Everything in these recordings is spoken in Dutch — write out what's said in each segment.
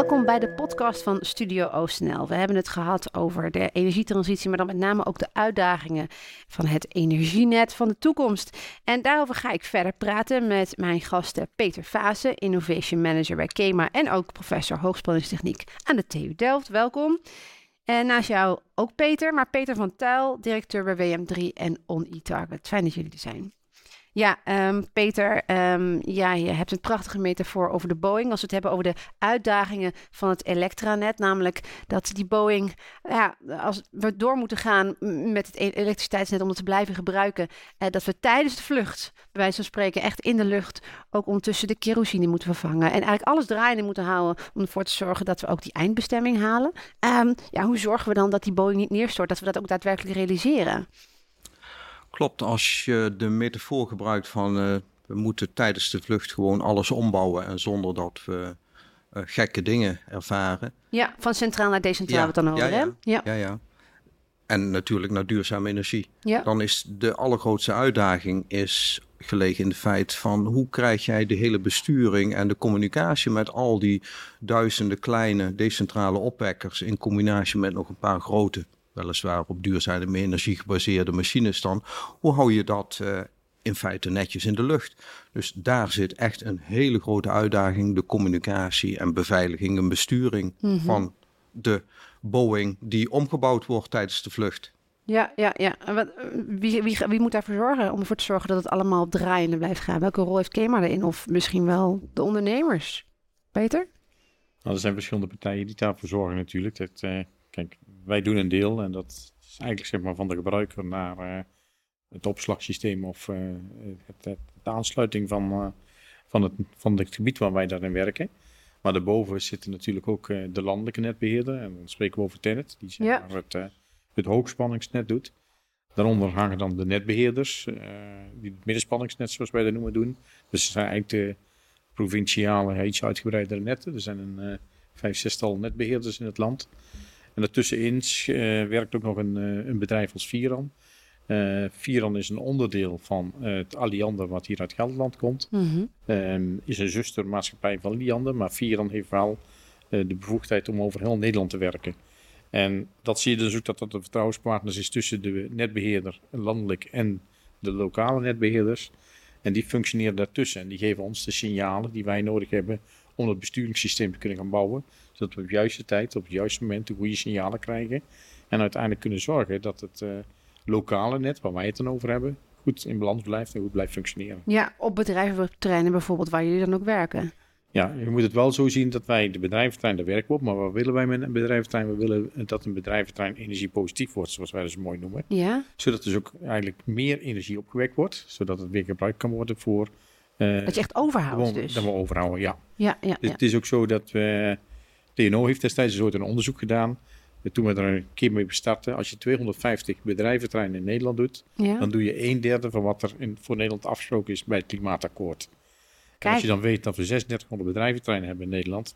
Welkom bij de podcast van Studio OostNL. We hebben het gehad over de energietransitie, maar dan met name ook de uitdagingen van het energienet van de toekomst. En daarover ga ik verder praten met mijn gasten Peter Vaassen, Innovation Manager bij KEMA en ook professor hoogspanningstechniek aan de TU Delft. Welkom. En naast jou ook Peter, maar Peter van Tuyl, directeur bij WM3 en On eTarget. Fijn dat jullie er zijn. Ja, Peter, je hebt een prachtige metafoor over de Boeing. Als we het hebben over de uitdagingen van het elektranet, namelijk dat die Boeing, als we door moeten gaan met het elektriciteitsnet om het te blijven gebruiken, dat we tijdens de vlucht, bij wijze van spreken, echt in de lucht, ook ondertussen de kerosine moeten vervangen. En eigenlijk alles draaiende moeten houden om ervoor te zorgen dat we ook die eindbestemming halen. Hoe zorgen we dan dat die Boeing niet neerstort, dat we dat ook daadwerkelijk realiseren? Klopt, als je de metafoor gebruikt van we moeten tijdens de vlucht gewoon alles ombouwen en zonder dat we gekke dingen ervaren. Ja, van centraal naar decentraal we het dan over, hè? Ja. En natuurlijk naar duurzame energie. Ja. Dan is de allergrootste uitdaging gelegen in het feit van hoe krijg jij de hele besturing en de communicatie met al die duizenden kleine decentrale opwekkers in combinatie met nog een paar grote, weliswaar op duurzame energie gebaseerde machines dan. Hoe hou je dat in feite netjes in de lucht? Dus daar zit echt een hele grote uitdaging. De communicatie en beveiliging en besturing van de Boeing die omgebouwd wordt tijdens de vlucht. Ja. Wie moet daarvoor zorgen om ervoor te zorgen dat het allemaal op draaiende blijft gaan? Welke rol heeft KEMA erin? Of misschien wel de ondernemers? Peter? Nou, er zijn verschillende partijen die daarvoor zorgen natuurlijk. Kijk, wij doen een deel en dat is eigenlijk zeg maar van de gebruiker naar het opslagsysteem of de aansluiting van het gebied waar wij daarin werken. Maar daarboven zitten natuurlijk ook de landelijke netbeheerder en dan spreken we over TenneT, die zeg maar het hoogspanningsnet doet. Daaronder hangen dan de netbeheerders, die het middenspanningsnet zoals wij dat noemen doen. Dus het zijn eigenlijk de provinciale, iets uitgebreidere netten. Er zijn een 5-6-tal netbeheerders in het land. En daartussenin werkt ook nog een bedrijf als Viran. Viran is een onderdeel van het Alliander wat hier uit Gelderland komt. Is een zustermaatschappij van Liander, maar Viran heeft wel de bevoegdheid om over heel Nederland te werken. En dat zie je dus ook dat de vertrouwenspartners is tussen de netbeheerder landelijk en de lokale netbeheerders. En die functioneren daartussen en die geven ons de signalen die wij nodig hebben om het besturingssysteem te kunnen gaan bouwen. Zodat we op de juiste tijd, op het juiste moment de goede signalen krijgen. En uiteindelijk kunnen zorgen dat het lokale net, waar wij het dan over hebben, goed in balans blijft en goed blijft functioneren. Ja, op bedrijventerreinen bijvoorbeeld, waar jullie dan ook werken. Ja, je moet het wel zo zien dat wij de bedrijventerrein, daar werken we op. Maar wat willen wij met een bedrijventerrein? We willen dat een bedrijventerrein energiepositief wordt, zoals wij dat zo mooi noemen. Ja. Zodat dus ook eigenlijk meer energie opgewekt wordt. Zodat het weer gebruikt kan worden voor... dat je echt overhoudt dus. Dat we overhouden, ja. Ja. Het is ook zo dat TNO heeft destijds een onderzoek gedaan. Toen we er een keer mee bestarten. Als je 250 bedrijventerreinen in Nederland doet, dan doe je 1/3 van wat er voor Nederland afgesproken is bij het klimaatakkoord. En als je dan weet dat we 3600 bedrijventerreinen hebben in Nederland,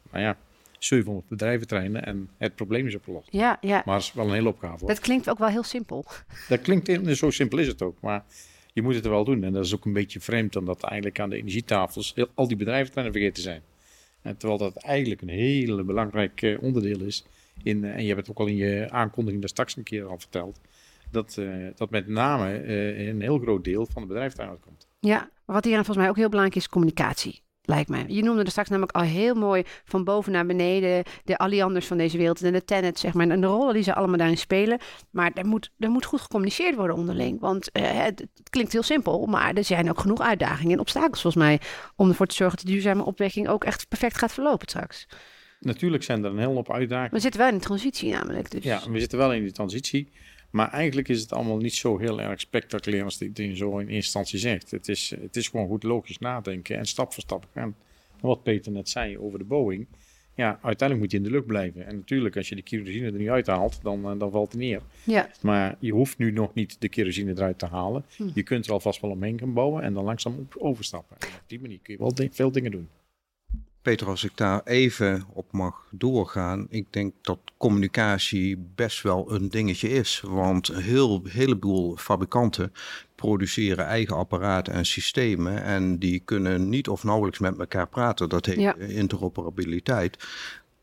700 bedrijventerreinen en het probleem is opgelost. Ja. Maar het is wel een hele opgave. Dat klinkt ook wel heel simpel. Dat klinkt, zo simpel is het ook, maar je moet het er wel doen. En dat is ook een beetje vreemd, omdat eigenlijk aan de energietafels al die bedrijventerreinen vergeten zijn. En terwijl dat eigenlijk een hele belangrijk onderdeel is. En je hebt het ook al in je aankondiging daar straks een keer al verteld. Dat met name een heel groot deel van de bedrijventerrein uitkomt. Ja, maar wat hier volgens mij ook heel belangrijk is communicatie, lijkt mij. Je noemde er straks namelijk al heel mooi van boven naar beneden de Allianders van deze wereld en de TenneT, zeg maar. En de rollen die ze allemaal daarin spelen. Maar er moet goed gecommuniceerd worden onderling. Want het klinkt heel simpel, maar er zijn ook genoeg uitdagingen en obstakels volgens mij om ervoor te zorgen dat de duurzame opwekking ook echt perfect gaat verlopen straks. Natuurlijk zijn er een hele hoop uitdagingen. We zitten wel in de transitie namelijk. Dus. Ja, we zitten wel in die transitie. Maar eigenlijk is het allemaal niet zo heel erg spectaculair als dit ding zo in eerste instantie zegt. Het is gewoon goed logisch nadenken en stap voor stap gaan. En wat Peter net zei over de Boeing. Ja, uiteindelijk moet je in de lucht blijven. En natuurlijk, als je de kerosine er niet uithaalt, dan valt het neer. Ja. Maar je hoeft nu nog niet de kerosine eruit te halen. Je kunt er alvast wel omheen gaan bouwen en dan langzaam overstappen. En op die manier kun je wel veel dingen doen. Peter, als ik daar even op mag doorgaan. Ik denk dat communicatie best wel een dingetje is. Want een heleboel fabrikanten produceren eigen apparaten en systemen. En die kunnen niet of nauwelijks met elkaar praten. Dat heet interoperabiliteit.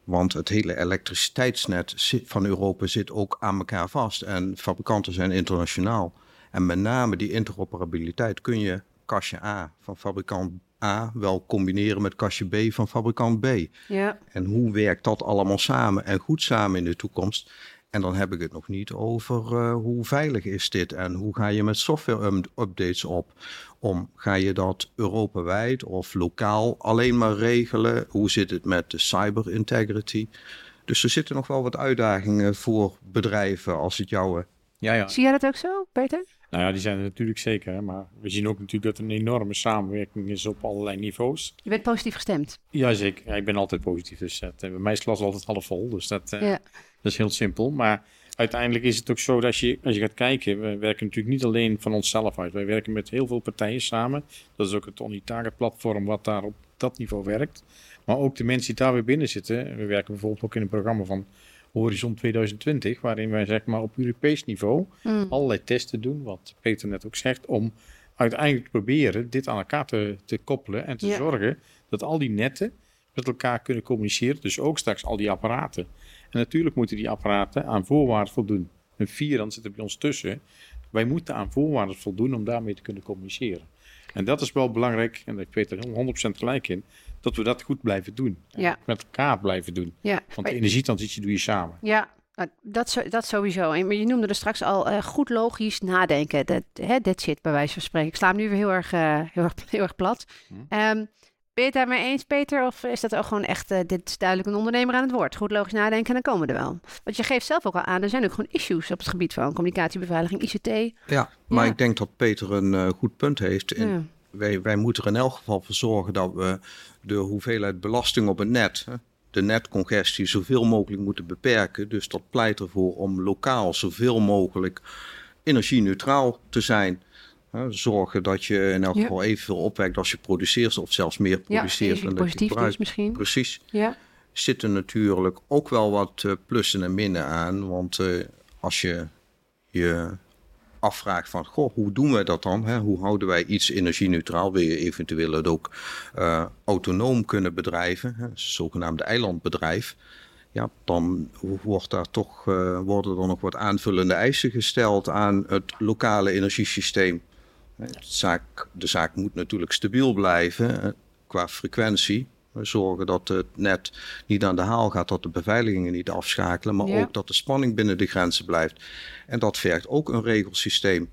Want het hele elektriciteitsnet van Europa zit ook aan elkaar vast. En fabrikanten zijn internationaal. En met name die interoperabiliteit kun je kastje A van fabrikant A wel combineren met kastje B van fabrikant B. Ja. En hoe werkt dat allemaal samen en goed samen in de toekomst? En dan heb ik het nog niet over hoe veilig is dit en hoe ga je met software-updates om? Ga je dat Europawijd of lokaal alleen maar regelen? Hoe zit het met de cyber integrity? Dus er zitten nog wel wat uitdagingen voor bedrijven als het jouwe. Ja. Zie jij dat ook zo, Peter? Nou ja, die zijn er natuurlijk zeker. Hè? Maar we zien ook natuurlijk dat er een enorme samenwerking is op allerlei niveaus. Je bent positief gestemd. Jazeker, ja, ik ben altijd positief. Dus bij mij is het glas altijd half vol. Dus dat is heel simpel. Maar uiteindelijk is het ook zo dat als je gaat kijken, we werken natuurlijk niet alleen van onszelf uit. Wij werken met heel veel partijen samen. Dat is ook het OnlyTarget platform wat daar op dat niveau werkt. Maar ook de mensen die daar weer binnen zitten. We werken bijvoorbeeld ook in een programma van Horizon 2020, waarin wij zeg maar op Europees niveau allerlei testen doen, wat Peter net ook zegt, om uiteindelijk te proberen dit aan elkaar te koppelen en te zorgen dat al die netten met elkaar kunnen communiceren. Dus ook straks al die apparaten. En natuurlijk moeten die apparaten aan voorwaarden voldoen. Een VIRAN zit er bij ons tussen. Wij moeten aan voorwaarden voldoen om daarmee te kunnen communiceren. En dat is wel belangrijk, en daar heeft Peter 100% gelijk in, dat we dat goed blijven doen. Ja. Met elkaar blijven doen. Ja. Want de energietransitie doe je samen. Ja, dat sowieso. Maar je noemde er straks al goed logisch nadenken. That shit, bij wijze van spreken. Ik sla hem nu weer heel erg plat. Ben je het daarmee eens, Peter? Of is dat ook gewoon echt, dit is duidelijk een ondernemer aan het woord. Goed logisch nadenken en dan komen we er wel. Want je geeft zelf ook al aan, er zijn ook gewoon issues op het gebied van communicatiebeveiliging, ICT. Ja, maar ik denk dat Peter een goed punt heeft. Ja. Wij moeten er in elk geval voor zorgen dat we de hoeveelheid belasting op het net, de netcongestie, zoveel mogelijk moeten beperken. Dus dat pleit ervoor om lokaal zoveel mogelijk energie-neutraal te zijn. Zorgen dat je in elk geval evenveel opwekt als je produceert of zelfs meer produceert dan dat je gebruikt. Dus misschien. Precies. Ja. Zitten natuurlijk ook wel wat plussen en minnen aan. Want als je je afvraagt van, hoe doen we dat dan? Hoe houden wij iets energie-neutraal? Wil je eventueel het ook autonoom kunnen bedrijven? Een zogenaamde eilandbedrijf. Ja, dan worden er nog wat aanvullende eisen gesteld aan het lokale energiesysteem. De zaak moet natuurlijk stabiel blijven qua frequentie. We zorgen dat het net niet aan de haal gaat, dat de beveiligingen niet afschakelen, maar ook dat de spanning binnen de grenzen blijft. En dat vergt ook een regelsysteem.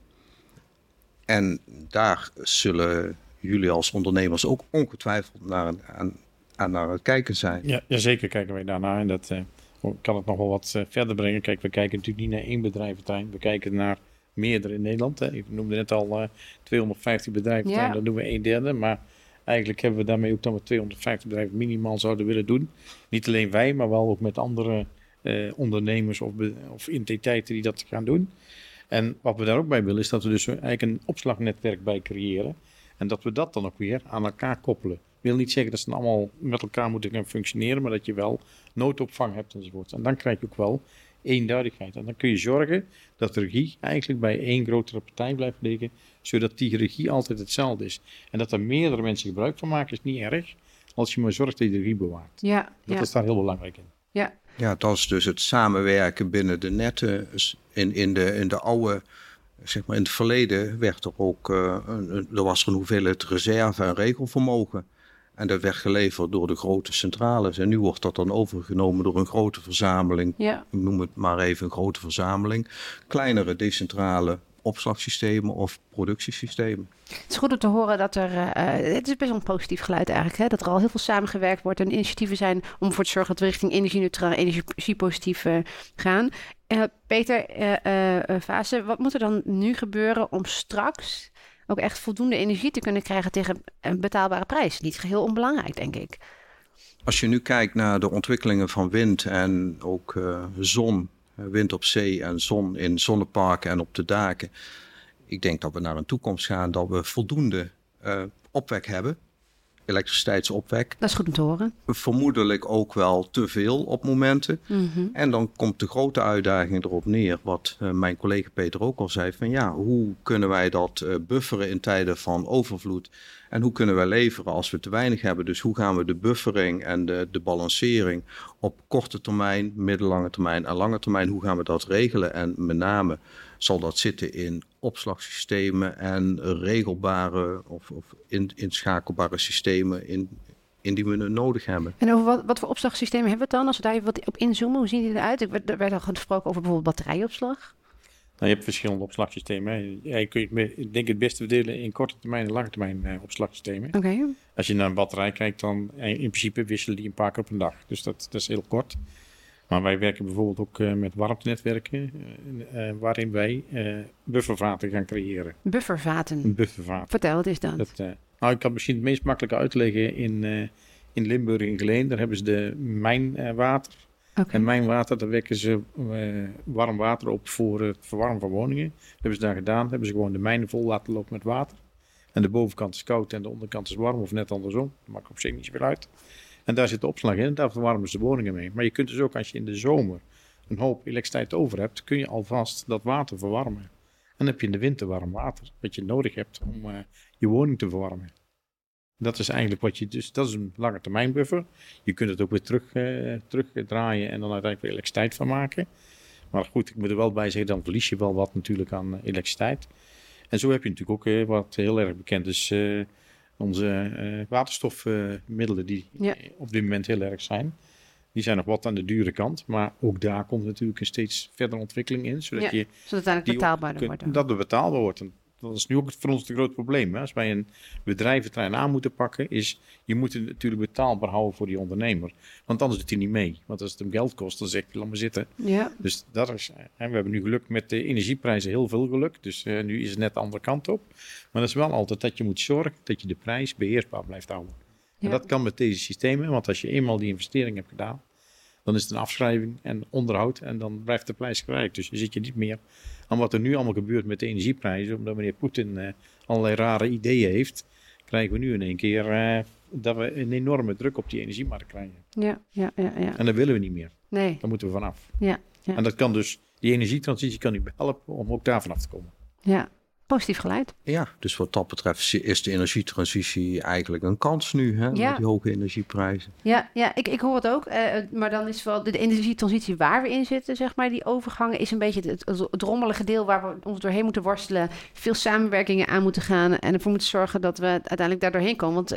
En daar zullen jullie als ondernemers ook ongetwijfeld naar het kijken zijn. Ja, zeker kijken wij daarnaar. En dat kan het nog wel wat verder brengen. Kijk, we kijken natuurlijk niet naar één bedrijventerrein. We kijken naar meerdere in Nederland. Hè. Ik noemde net al 250 bedrijven, dat doen we 1/3. Maar eigenlijk hebben we daarmee ook dat we 250 bedrijven minimaal zouden willen doen. Niet alleen wij, maar wel ook met andere ondernemers of entiteiten die dat gaan doen. En wat we daar ook bij willen is dat we dus eigenlijk een opslagnetwerk bij creëren. En dat we dat dan ook weer aan elkaar koppelen. Ik wil niet zeggen dat ze dan allemaal met elkaar moeten gaan functioneren, maar dat je wel noodopvang hebt enzovoort. En dan krijg je ook wel eenduidigheid. En dan kun je zorgen dat de regie eigenlijk bij één grotere partij blijft liggen, zodat die regie altijd hetzelfde is. En dat er meerdere mensen gebruik van maken is niet erg, als je maar zorgt dat je de regie bewaart. Dat is daar heel belangrijk in. Ja, dat is dus het samenwerken binnen de netten. In de oude, zeg maar in het verleden, werd er ook, er was er een hoeveelheid reserve en regelvermogen. En dat werd geleverd door de grote centrales. En nu wordt dat dan overgenomen door een grote verzameling. Ik noem het maar even een grote verzameling. Kleinere decentrale opslagsystemen of productiesystemen. Het is goed om te horen dat het is best wel een positief geluid eigenlijk, hè? Dat er al heel veel samengewerkt wordt en initiatieven zijn om ervoor te zorgen dat we richting energie-neutraal, energiepositief gaan. Peter Vaassen, wat moet er dan nu gebeuren om straks ook echt voldoende energie te kunnen krijgen tegen een betaalbare prijs? Niet geheel onbelangrijk, denk ik. Als je nu kijkt naar de ontwikkelingen van wind en ook zon, wind op zee en zon in zonneparken en op de daken. Ik denk dat we naar een toekomst gaan dat we voldoende opwek hebben. elektriciteitsopwek. Dat is goed om te horen. Vermoedelijk ook wel te veel op momenten. Mm-hmm. En dan komt de grote uitdaging erop neer, wat mijn collega Peter ook al zei, van ja, hoe kunnen wij dat bufferen in tijden van overvloed? En hoe kunnen wij leveren als we te weinig hebben? Dus hoe gaan we de buffering en de balancering op korte termijn, middellange termijn en lange termijn, hoe gaan we dat regelen? En met name zal dat zitten in opslagsystemen en regelbare of inschakelbare systemen die we nodig hebben. En over wat voor opslagsystemen hebben we het dan? Als we daar even wat op inzoomen, hoe zien die eruit? Er werd al gesproken over bijvoorbeeld batterijopslag. Nou, je hebt verschillende opslagsystemen. Hè. Je kunt het denk het beste verdelen in korte termijn en lange termijn opslagsystemen. Okay. Als je naar een batterij kijkt, dan in principe wisselen die een paar keer op een dag. Dus dat is heel kort. Maar wij werken bijvoorbeeld ook met warmtenetwerken, waarin wij buffervaten gaan creëren. Buffervaten? Een buffervaat. Vertel, wat is dat? Ik kan misschien het meest makkelijke uitleggen in Limburg en Geleen. Daar hebben ze de mijnwater. Okay. En mijnwater, daar wekken ze warm water op voor het verwarmen van woningen. Dat hebben ze daar gedaan. Hebben ze gewoon de mijnen vol laten lopen met water. En de bovenkant is koud en de onderkant is warm, of net andersom. Dat maakt op zich niet zoveel uit. En daar zit de opslag in en daar verwarmen ze de woningen mee. Maar je kunt dus ook, als je in de zomer een hoop elektriciteit over hebt, kun je alvast dat water verwarmen. En dan heb je in de winter warm water, wat je nodig hebt om je woning te verwarmen. Dat is eigenlijk dat is een lange termijn buffer. Je kunt het ook weer terugdraaien en dan uiteindelijk weer elektriciteit van maken. Maar goed, ik moet er wel bij zeggen, dan verlies je wel wat natuurlijk aan elektriciteit. En zo heb je natuurlijk ook wat heel erg bekend is, onze waterstofmiddelen die op dit moment heel erg zijn. Die zijn nog wat aan de dure kant, maar ook daar komt natuurlijk een steeds verdere ontwikkeling in. Zodat zodat het uiteindelijk betaalbaarder wordt. Dat het betaalbaar wordt. En dat is nu ook voor ons het groot probleem. Hè? Als wij een bedrijventerrein aan moeten pakken, je moet het natuurlijk betaalbaar houden voor die ondernemer. Want anders doet hij niet mee. Want als het hem geld kost, dan zegt hij, laat maar zitten. Ja. Dus dat is, we hebben nu geluk met de energieprijzen, heel veel geluk. Dus nu is het net de andere kant op. Maar dat is wel altijd dat je moet zorgen dat je de prijs beheersbaar blijft houden. Ja. En dat kan met deze systemen, want als je eenmaal die investering hebt gedaan, dan is het een afschrijving en onderhoud en dan blijft de prijs gelijk. Dus dan zit je niet meer aan wat er nu allemaal gebeurt met de energieprijzen. Omdat meneer Poetin allerlei rare ideeën heeft, krijgen we nu in één keer dat we een enorme druk op die energiemarkt krijgen. Ja. En dat willen we niet meer. Nee. Daar moeten we vanaf. Ja. En dat kan dus, die energietransitie kan u helpen om ook daar vanaf te komen. Ja. Positief geluid. Ja, dus wat dat betreft is de energietransitie eigenlijk een kans nu, hè, met die hoge energieprijzen. Ja, ik hoor het ook. Maar dan is wel de energietransitie waar we in zitten, zeg maar. Die overgangen is een beetje het rommelige deel waar we ons doorheen moeten worstelen. Veel samenwerkingen aan moeten gaan en ervoor moeten zorgen dat we uiteindelijk daar doorheen komen. Want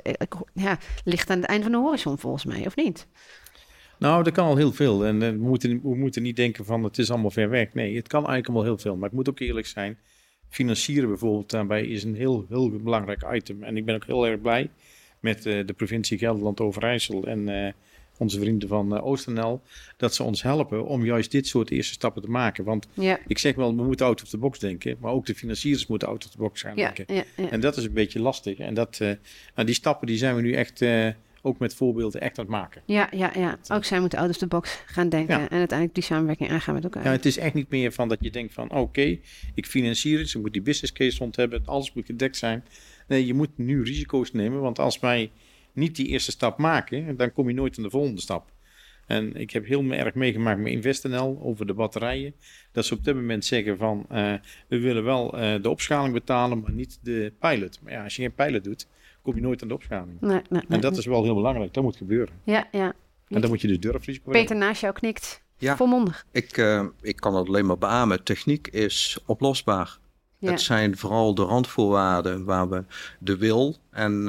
ligt aan het einde van de horizon volgens mij, of niet? Nou, dat kan al heel veel. En we moeten niet denken van het is allemaal ver weg. Nee, het kan eigenlijk al heel veel. Maar ik moet ook eerlijk zijn. Financieren bijvoorbeeld daarbij is een heel, heel belangrijk item. En ik ben ook heel erg blij met de provincie Gelderland-Overijssel en onze vrienden van OostNL, dat ze ons helpen om juist dit soort eerste stappen te maken. Want ik zeg wel, we moeten out of the box denken, maar ook de financiers moeten out of the box gaan denken. Ja. En dat is een beetje lastig. En die stappen die zijn we nu echt ook met voorbeelden echt aan het maken. Ja. Ook zij moeten out of the box gaan denken en uiteindelijk die samenwerking aangaan met elkaar. Ja, het is echt niet meer van dat je denkt van oké, ik financier het, je moet die business case rond hebben, alles moet gedekt zijn. Nee, je moet nu risico's nemen, want als wij niet die eerste stap maken, dan kom je nooit aan de volgende stap. En ik heb heel erg meegemaakt met InvestNL over de batterijen, dat ze op dit moment zeggen van we willen wel de opschaling betalen, maar niet de pilot. Maar ja, als je geen pilot doet, kom je nooit aan de opschaling. Nee, en dat is wel heel belangrijk. Dat moet gebeuren. Ja. En dan moet je dus durfrisico Peter naast jou knikt. Ja. Volmondig. Ik kan het alleen maar beamen. Techniek is oplosbaar. Ja. Het zijn vooral de randvoorwaarden waar we de wil en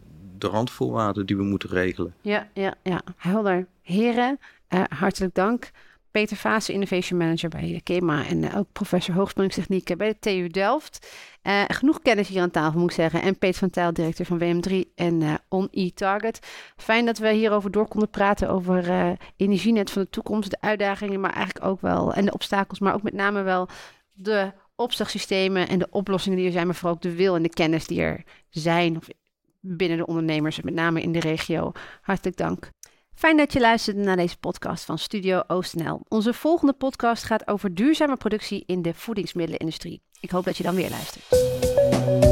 de randvoorwaarden die we moeten regelen. Ja. Helder. Heren, hartelijk dank. Peter Vaassen, Innovation Manager bij KEMA en ook professor hoogspanningstechniek bij de TU Delft. Genoeg kennis hier aan tafel, moet ik zeggen. En Peter van Tuyl, directeur van WM3 en OnE-Target. Fijn dat we hierover door konden praten over energienet van de toekomst, de uitdagingen, maar eigenlijk ook wel, en de obstakels, maar ook met name wel de opslagsystemen en de oplossingen die er zijn, maar vooral ook de wil en de kennis die er zijn of binnen de ondernemers, met name in de regio. Hartelijk dank. Fijn dat je luisterde naar deze podcast van Studio OostNL. Onze volgende podcast gaat over duurzame productie in de voedingsmiddelenindustrie. Ik hoop dat je dan weer luistert.